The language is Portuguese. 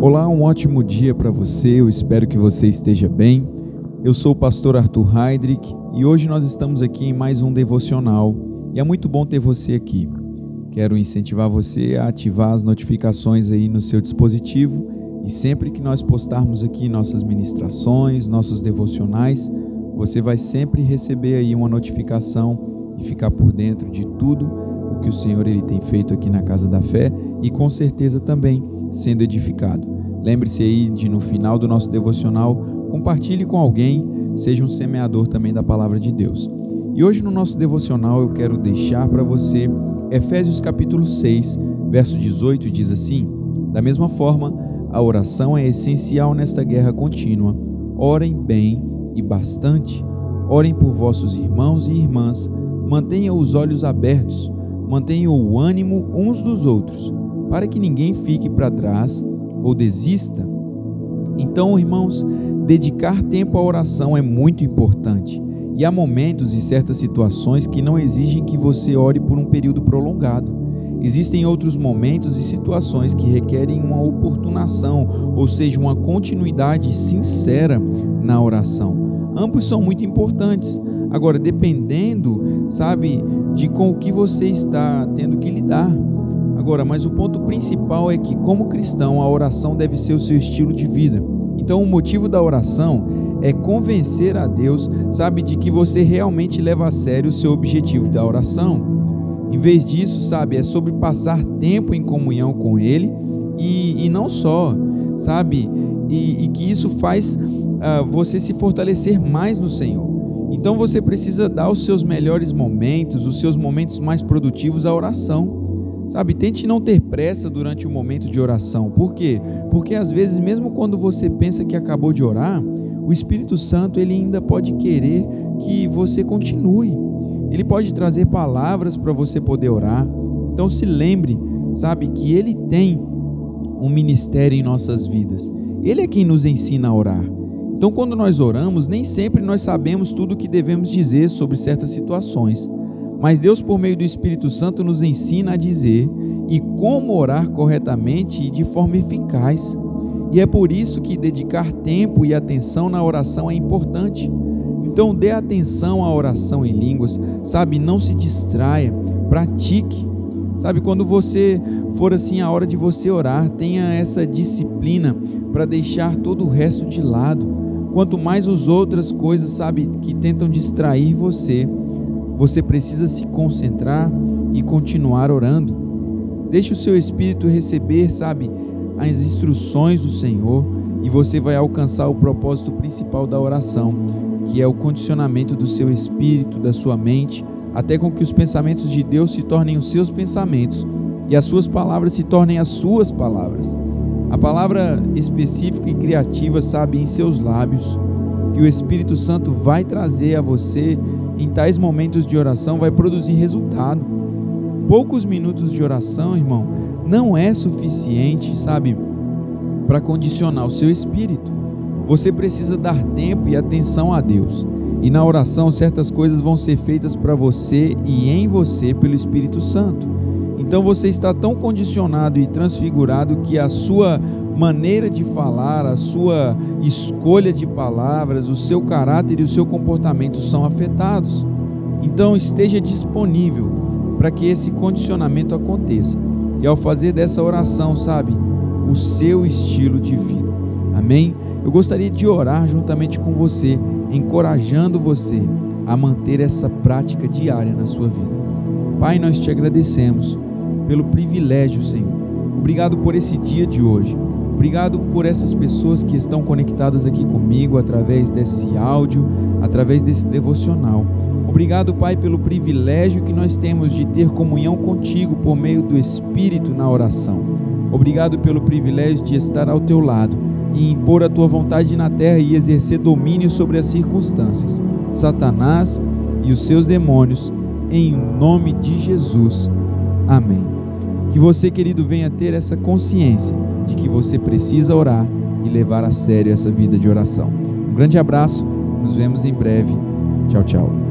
Olá, um ótimo dia para você, eu espero que você esteja bem. Eu sou o pastor Arthur Heidrich e hoje nós estamos aqui em mais um devocional e é muito bom ter você aqui. Quero incentivar você a ativar as notificações aí no seu dispositivo e sempre que nós postarmos aqui nossas ministrações, nossos devocionais, você vai sempre receber aí uma notificação e ficar por dentro de tudo o que o Senhor ele tem feito aqui na Casa da Fé e com certeza também sendo edificado. Lembre-se aí de no final do nosso devocional, compartilhe com alguém, seja um semeador também da palavra de Deus. E hoje no nosso devocional eu quero deixar para você Efésios capítulo 6, verso 18, diz assim: da mesma forma, a oração é essencial nesta guerra contínua. Orem bem e bastante. Orem por vossos irmãos e irmãs. Mantenham os olhos abertos. Mantenham o ânimo uns dos outros, para que ninguém fique para trás ou desista. Então, irmãos, dedicar tempo à oração é muito importante. E há momentos e certas situações que não exigem que você ore por um período prolongado. Existem outros momentos e situações que requerem uma oportunação, ou seja, uma continuidade sincera na oração. Ambos são muito importantes. Agora, dependendo, de com o que você está tendo que lidar. Agora, mas o ponto principal é que, como cristão, a oração deve ser o seu estilo de vida. Então, o motivo da oração é convencer a Deus, de que você realmente leva a sério o seu objetivo da oração. Em vez disso, é sobre passar tempo em comunhão com Ele e não só, e que isso faz você se fortalecer mais no Senhor. Então, você precisa dar os seus melhores momentos, os seus momentos mais produtivos à oração. Tente não ter pressa durante o momento de oração. Por quê? Porque às vezes, mesmo quando você pensa que acabou de orar, o Espírito Santo ele ainda pode querer que você continue. Ele pode trazer palavras para você poder orar. Então se lembre, que Ele tem um ministério em nossas vidas. Ele é quem nos ensina a orar. Então quando nós oramos, nem sempre nós sabemos tudo o que devemos dizer sobre certas situações. Mas Deus, por meio do Espírito Santo, nos ensina a dizer e como orar corretamente e de forma eficaz. E é por isso que dedicar tempo e atenção na oração é importante. Então dê atenção à oração em línguas, não se distraia, pratique. Quando você for a hora de você orar, tenha essa disciplina para deixar todo o resto de lado. Quanto mais as outras coisas, que tentam distrair você, você precisa se concentrar e continuar orando. Deixe o seu espírito receber, as instruções do Senhor e você vai alcançar o propósito principal da oração, que é o condicionamento do seu espírito, da sua mente, até com que os pensamentos de Deus se tornem os seus pensamentos e as suas palavras se tornem as suas palavras. A palavra específica e criativa, em seus lábios, que o Espírito Santo vai trazer a você em tais momentos de oração, vai produzir resultado. Poucos minutos de oração, irmão, não é suficiente, para condicionar o seu espírito. Você precisa dar tempo e atenção a Deus. E na oração, certas coisas vão ser feitas para você e em você pelo Espírito Santo. Então você está tão condicionado e transfigurado que a sua maneira de falar, a sua escolha de palavras, o seu caráter e o seu comportamento são afetados. Então esteja disponível para que esse condicionamento aconteça. E ao fazer dessa oração, o seu estilo de vida. Amém? Eu gostaria de orar juntamente com você, encorajando você a manter essa prática diária na sua vida. Pai, nós te agradecemos pelo privilégio, Senhor. Obrigado por esse dia de hoje. Obrigado por essas pessoas que estão conectadas aqui comigo através desse áudio, através desse devocional. Obrigado, Pai, pelo privilégio que nós temos de ter comunhão contigo por meio do Espírito na oração. Obrigado pelo privilégio de estar ao teu lado e impor a tua vontade na terra e exercer domínio sobre as circunstâncias. Satanás e os seus demônios, em nome de Jesus. Amém. Que você, querido, venha ter essa consciência de que você precisa orar e levar a sério essa vida de oração. Um grande abraço, nos vemos em breve. Tchau, tchau.